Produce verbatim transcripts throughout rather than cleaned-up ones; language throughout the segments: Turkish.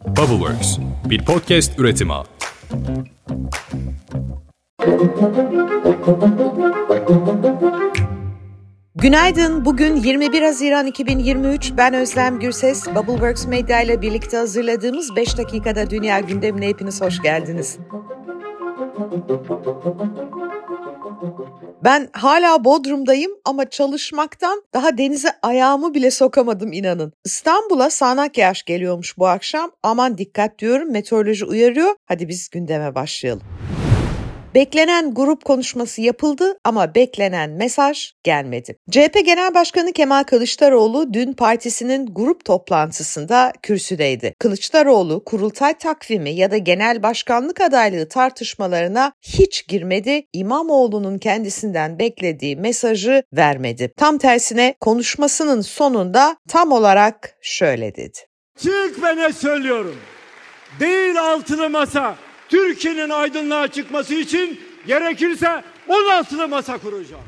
Bubbleworks, bir podcast üretimi. Günaydın. Bugün yirmi bir Haziran iki bin yirmi üç. Ben Özlem Gürses. Bubbleworks Medya ile birlikte hazırladığımız beş dakikada dünya gündemine hepiniz hoş geldiniz. Ben hala Bodrum'dayım ama çalışmaktan daha denize ayağımı bile sokamadım inanın. İstanbul'a sağanak yağış geliyormuş bu akşam. Aman dikkat diyorum, meteoroloji uyarıyor. Hadi biz gündeme başlayalım. Beklenen grup konuşması yapıldı ama beklenen mesaj gelmedi. C H P Genel Başkanı Kemal Kılıçdaroğlu dün partisinin grup toplantısında kürsüdeydi. Kılıçdaroğlu kurultay takvimi ya da genel başkanlık adaylığı tartışmalarına hiç girmedi. İmamoğlu'nun kendisinden beklediği mesajı vermedi. Tam tersine konuşmasının sonunda tam olarak şöyle dedi. Çık ve ne söylüyorum? Değil altılı masa. Türkiye'nin aydınlığa çıkması için gerekirse on altılı masa kuracağım.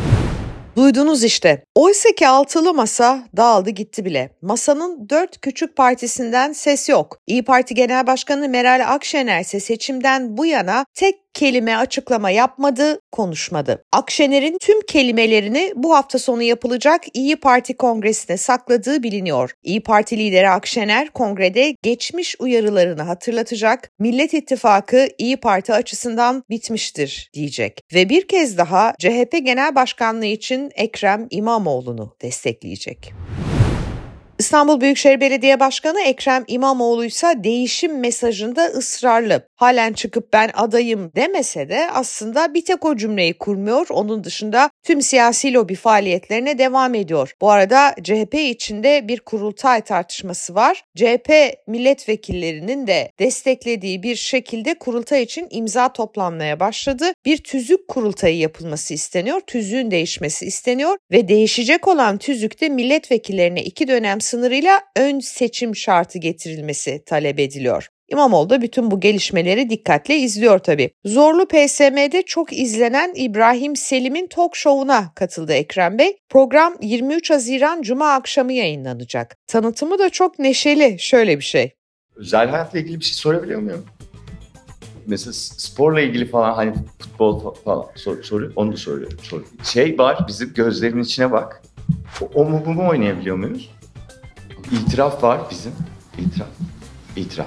Duydunuz işte. Oysa ki altılı masa dağıldı gitti bile. Masanın dört küçük partisinden ses yok. İYİ Parti Genel Başkanı Meral Akşener ise seçimden bu yana tek kelime açıklama yapmadı, konuşmadı. Akşener'in tüm kelimelerini bu hafta sonu yapılacak İYİ Parti Kongresi'ne sakladığı biliniyor. İYİ Parti lideri Akşener kongrede geçmiş uyarılarını hatırlatacak, Millet İttifakı İYİ Parti açısından bitmiştir diyecek. Ve bir kez daha C H P Genel Başkanlığı için Ekrem İmamoğlu'nu destekleyecek. İstanbul Büyükşehir Belediye Başkanı Ekrem İmamoğlu ise değişim mesajında ısrarlı. Halen çıkıp ben adayım demese de aslında bir tek o cümleyi kurmuyor. Onun dışında tüm siyasi lobi faaliyetlerine devam ediyor. Bu arada C H P içinde bir kurultay tartışması var. C H P milletvekillerinin de desteklediği bir şekilde kurultay için imza toplanmaya başladı. Bir tüzük kurultayı yapılması isteniyor. Tüzüğün değişmesi isteniyor ve değişecek olan tüzükte milletvekillerine iki dönem sınırıyla ön seçim şartı getirilmesi talep ediliyor. İmamoğlu da bütün bu gelişmeleri dikkatle izliyor tabii. Zorlu P S M'de çok izlenen İbrahim Selim'in talk show'una katıldı Ekrem Bey. Program yirmi üç Haziran Cuma akşamı yayınlanacak. Tanıtımı da çok neşeli, şöyle bir şey. Özel hayatla ilgili bir şey sorabiliyor muyum? Mesela sporla ilgili falan, hani futbol falan sor, soruyor, onu da soruyorum. soruyorum. Şey var, bizim gözlerimin içine bak. O, o mu bu mu oynayabiliyor muyuz? İtiraf var bizim. İtiraf. İtiraf.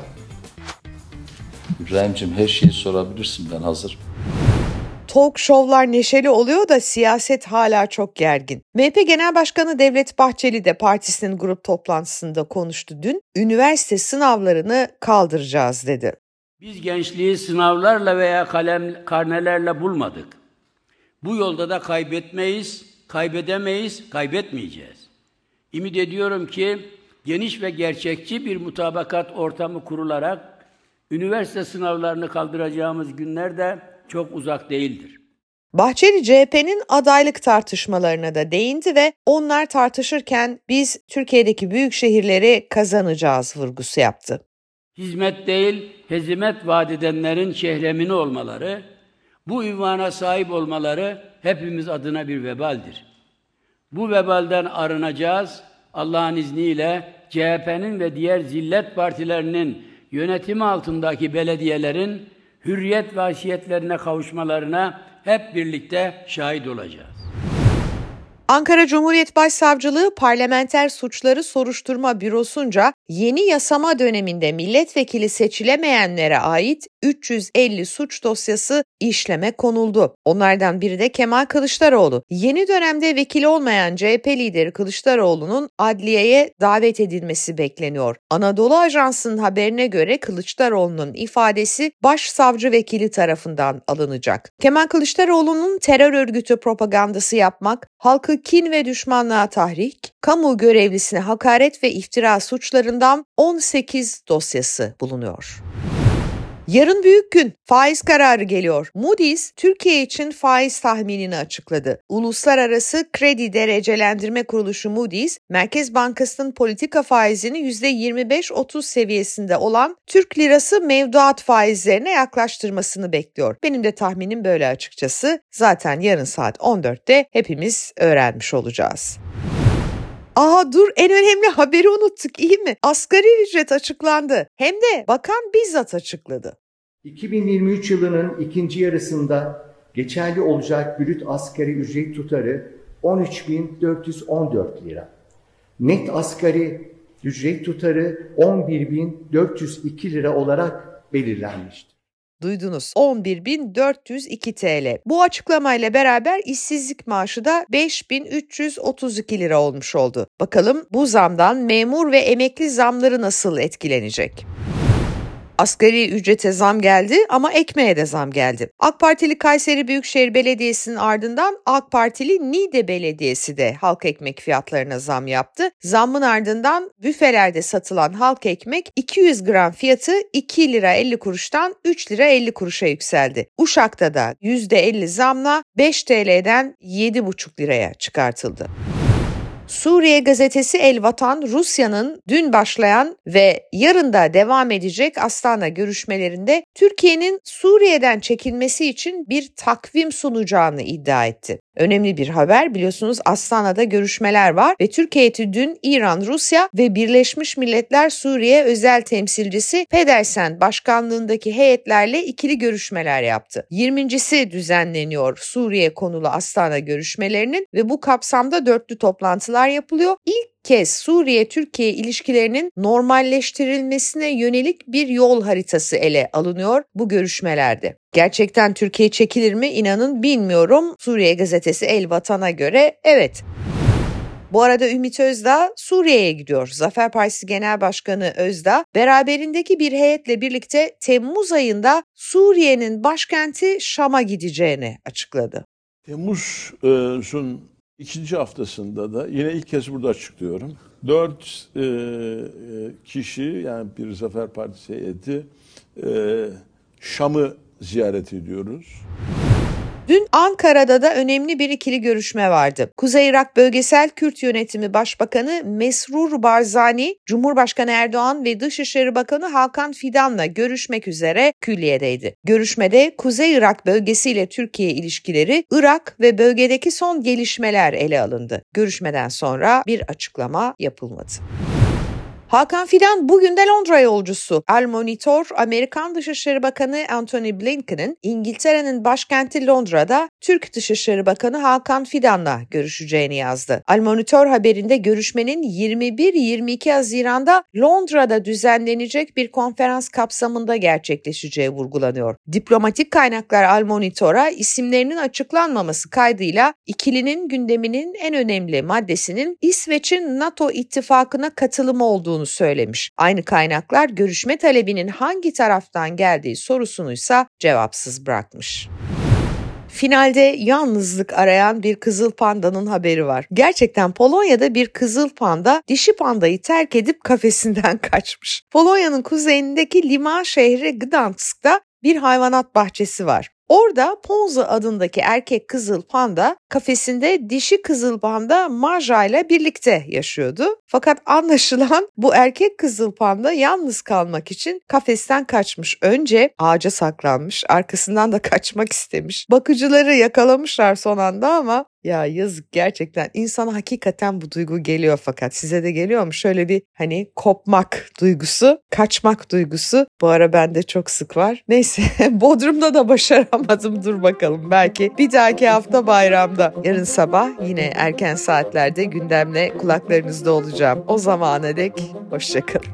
İbrahim'cim her şeyi sorabilirsin, ben hazırım. Talk show'lar neşeli oluyor da siyaset hala çok gergin. M H P Genel Başkanı Devlet Bahçeli de partisinin grup toplantısında konuştu dün. Üniversite sınavlarını kaldıracağız dedi. Biz gençliği sınavlarla veya kalem karnelerle bulmadık. Bu yolda da kaybetmeyiz, kaybedemeyiz, kaybetmeyeceğiz. Ümit ediyorum ki geniş ve gerçekçi bir mutabakat ortamı kurularak üniversite sınavlarını kaldıracağımız günler de çok uzak değildir. Bahçeli C H P'nin adaylık tartışmalarına da değindi ve onlar tartışırken biz Türkiye'deki büyük şehirleri kazanacağız vurgusu yaptı. Hizmet değil, hezimet vaat edenlerin şehremini olmaları, bu ünvana sahip olmaları hepimiz adına bir vebaldir. Bu vebalden arınacağız. Allah'ın izniyle C H P'nin ve diğer zillet partilerinin yönetimi altındaki belediyelerin hürriyet ve haysiyetlerine kavuşmalarına hep birlikte şahit olacağız. Ankara Cumhuriyet Başsavcılığı Parlamenter Suçları Soruşturma Bürosu'nca yeni yasama döneminde milletvekili seçilemeyenlere ait üç yüz elli suç dosyası işleme konuldu. Onlardan biri de Kemal Kılıçdaroğlu. Yeni dönemde vekil olmayan C H P lideri Kılıçdaroğlu'nun adliyeye davet edilmesi bekleniyor. Anadolu Ajansı'nın haberine göre Kılıçdaroğlu'nun ifadesi başsavcı vekili tarafından alınacak. Kemal Kılıçdaroğlu'nun terör örgütü propagandası yapmak, halkı kin ve düşmanlığa tahrik, kamu görevlisine hakaret ve iftira suçlarından on sekiz dosyası bulunuyor. Yarın büyük gün, faiz kararı geliyor. Moody's, Türkiye için faiz tahminini açıkladı. Uluslararası Kredi Derecelendirme Kuruluşu Moody's, Merkez Bankası'nın politika faizini yüzde yirmi beş otuz seviyesinde olan Türk lirası mevduat faizlerine yaklaştırmasını bekliyor. Benim de tahminim böyle açıkçası. Zaten yarın saat on dörtte hepimiz öğrenmiş olacağız. Aha dur, en önemli haberi unuttuk, iyi mi? Asgari ücret açıklandı. Hem de bakan bizzat açıkladı. iki bin yirmi üç yılının ikinci yarısında geçerli olacak brüt asgari ücret tutarı on üç bin dört yüz on dört lira. Net asgari ücret tutarı on bir bin dört yüz iki lira olarak belirlenmiştir. Duydunuz, on bir bin dört yüz iki TL. Bu açıklamayla beraber işsizlik maaşı da beş bin üç yüz otuz iki lira olmuş oldu. Bakalım bu zamdan memur ve emekli zamları nasıl etkilenecek? Asgari ücrete zam geldi ama ekmeğe de zam geldi. AK Partili Kayseri Büyükşehir Belediyesi'nin ardından AK Partili Niğde Belediyesi de halk ekmek fiyatlarına zam yaptı. Zammın ardından büfelerde satılan halk ekmek iki yüz gram fiyatı iki lira elli kuruştan üç lira elli kuruşa yükseldi. Uşak'ta da yüzde elli zamla beş TL'den yedi buçuk liraya çıkartıldı. Suriye gazetesi El Vatan, Rusya'nın dün başlayan ve yarın da devam edecek Astana görüşmelerinde Türkiye'nin Suriye'den çekilmesi için bir takvim sunacağını iddia etti. Önemli bir haber, biliyorsunuz Astana'da görüşmeler var ve Türkiye heyeti dün İran, Rusya ve Birleşmiş Milletler Suriye özel temsilcisi Pedersen başkanlığındaki heyetlerle ikili görüşmeler yaptı. yirmincisi düzenleniyor Suriye konulu Astana görüşmelerinin ve bu kapsamda dörtlü toplantılar yapılıyor. İlk kez Suriye-Türkiye ilişkilerinin normalleştirilmesine yönelik bir yol haritası ele alınıyor bu görüşmelerde. Gerçekten Türkiye çekilir mi? İnanın bilmiyorum. Suriye gazetesi El Vatan'a göre evet. Bu arada Ümit Özdağ Suriye'ye gidiyor. Zafer Partisi Genel Başkanı Özdağ beraberindeki bir heyetle birlikte Temmuz ayında Suriye'nin başkenti Şam'a gideceğini açıkladı. Temmuz'un ikinci haftasında da yine ilk kez burada açıklıyorum. Dört e, kişi, yani bir Zafer Partisi heyeti e, Şam'ı ziyaret ediyoruz. Dün Ankara'da da önemli bir ikili görüşme vardı. Kuzey Irak Bölgesel Kürt Yönetimi Başbakanı Mesrur Barzani, Cumhurbaşkanı Erdoğan ve Dışişleri Bakanı Hakan Fidan'la görüşmek üzere külliyedeydi. Görüşmede Kuzey Irak bölgesiyle Türkiye ilişkileri, Irak ve bölgedeki son gelişmeler ele alındı. Görüşmeden sonra bir açıklama yapılmadı. Hakan Fidan bugün de Londra yolcusu. El Monitor, Amerikan Dışişleri Bakanı Antony Blinken'ın İngiltere'nin başkenti Londra'da Türk Dışişleri Bakanı Hakan Fidan'la görüşeceğini yazdı. El Monitor haberinde görüşmenin yirmi bir yirmi iki Haziran'da Londra'da düzenlenecek bir konferans kapsamında gerçekleşeceği vurgulanıyor. Diplomatik kaynaklar El Monitor'a isimlerinin açıklanmaması kaydıyla ikilinin gündeminin en önemli maddesinin İsveç'in NATO ittifakına katılımı olduğunu söylemiş. Aynı kaynaklar görüşme talebinin hangi taraftan geldiği sorusunuysa cevapsız bırakmış. Finalde yalnızlık arayan bir kızıl pandanın haberi var. Gerçekten Polonya'da bir kızıl panda dişi pandayı terk edip kafesinden kaçmış. Polonya'nın kuzeyindeki liman şehri Gdansk'ta bir hayvanat bahçesi var. Orada Ponza adındaki erkek kızıl panda kafesinde dişi kızıl panda Maja ile birlikte yaşıyordu. Fakat anlaşılan bu erkek kızıl panda yalnız kalmak için kafesten kaçmış. Önce ağaca saklanmış, arkasından da kaçmak istemiş. Bakıcıları yakalamışlar son anda ama ya yazık, gerçekten insana hakikaten bu duygu geliyor, fakat size de geliyor mu? Şöyle bir hani kopmak duygusu, kaçmak duygusu. Bu ara bende çok sık var. Neyse Bodrum'da da başaramadım, dur bakalım belki bir dahaki hafta bayramda. Yarın sabah yine erken saatlerde gündemle kulaklarınızda olacağım. O zamana dek hoşçakalın.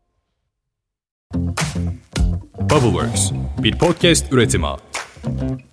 Bubbleworks, bir podcast üretimi.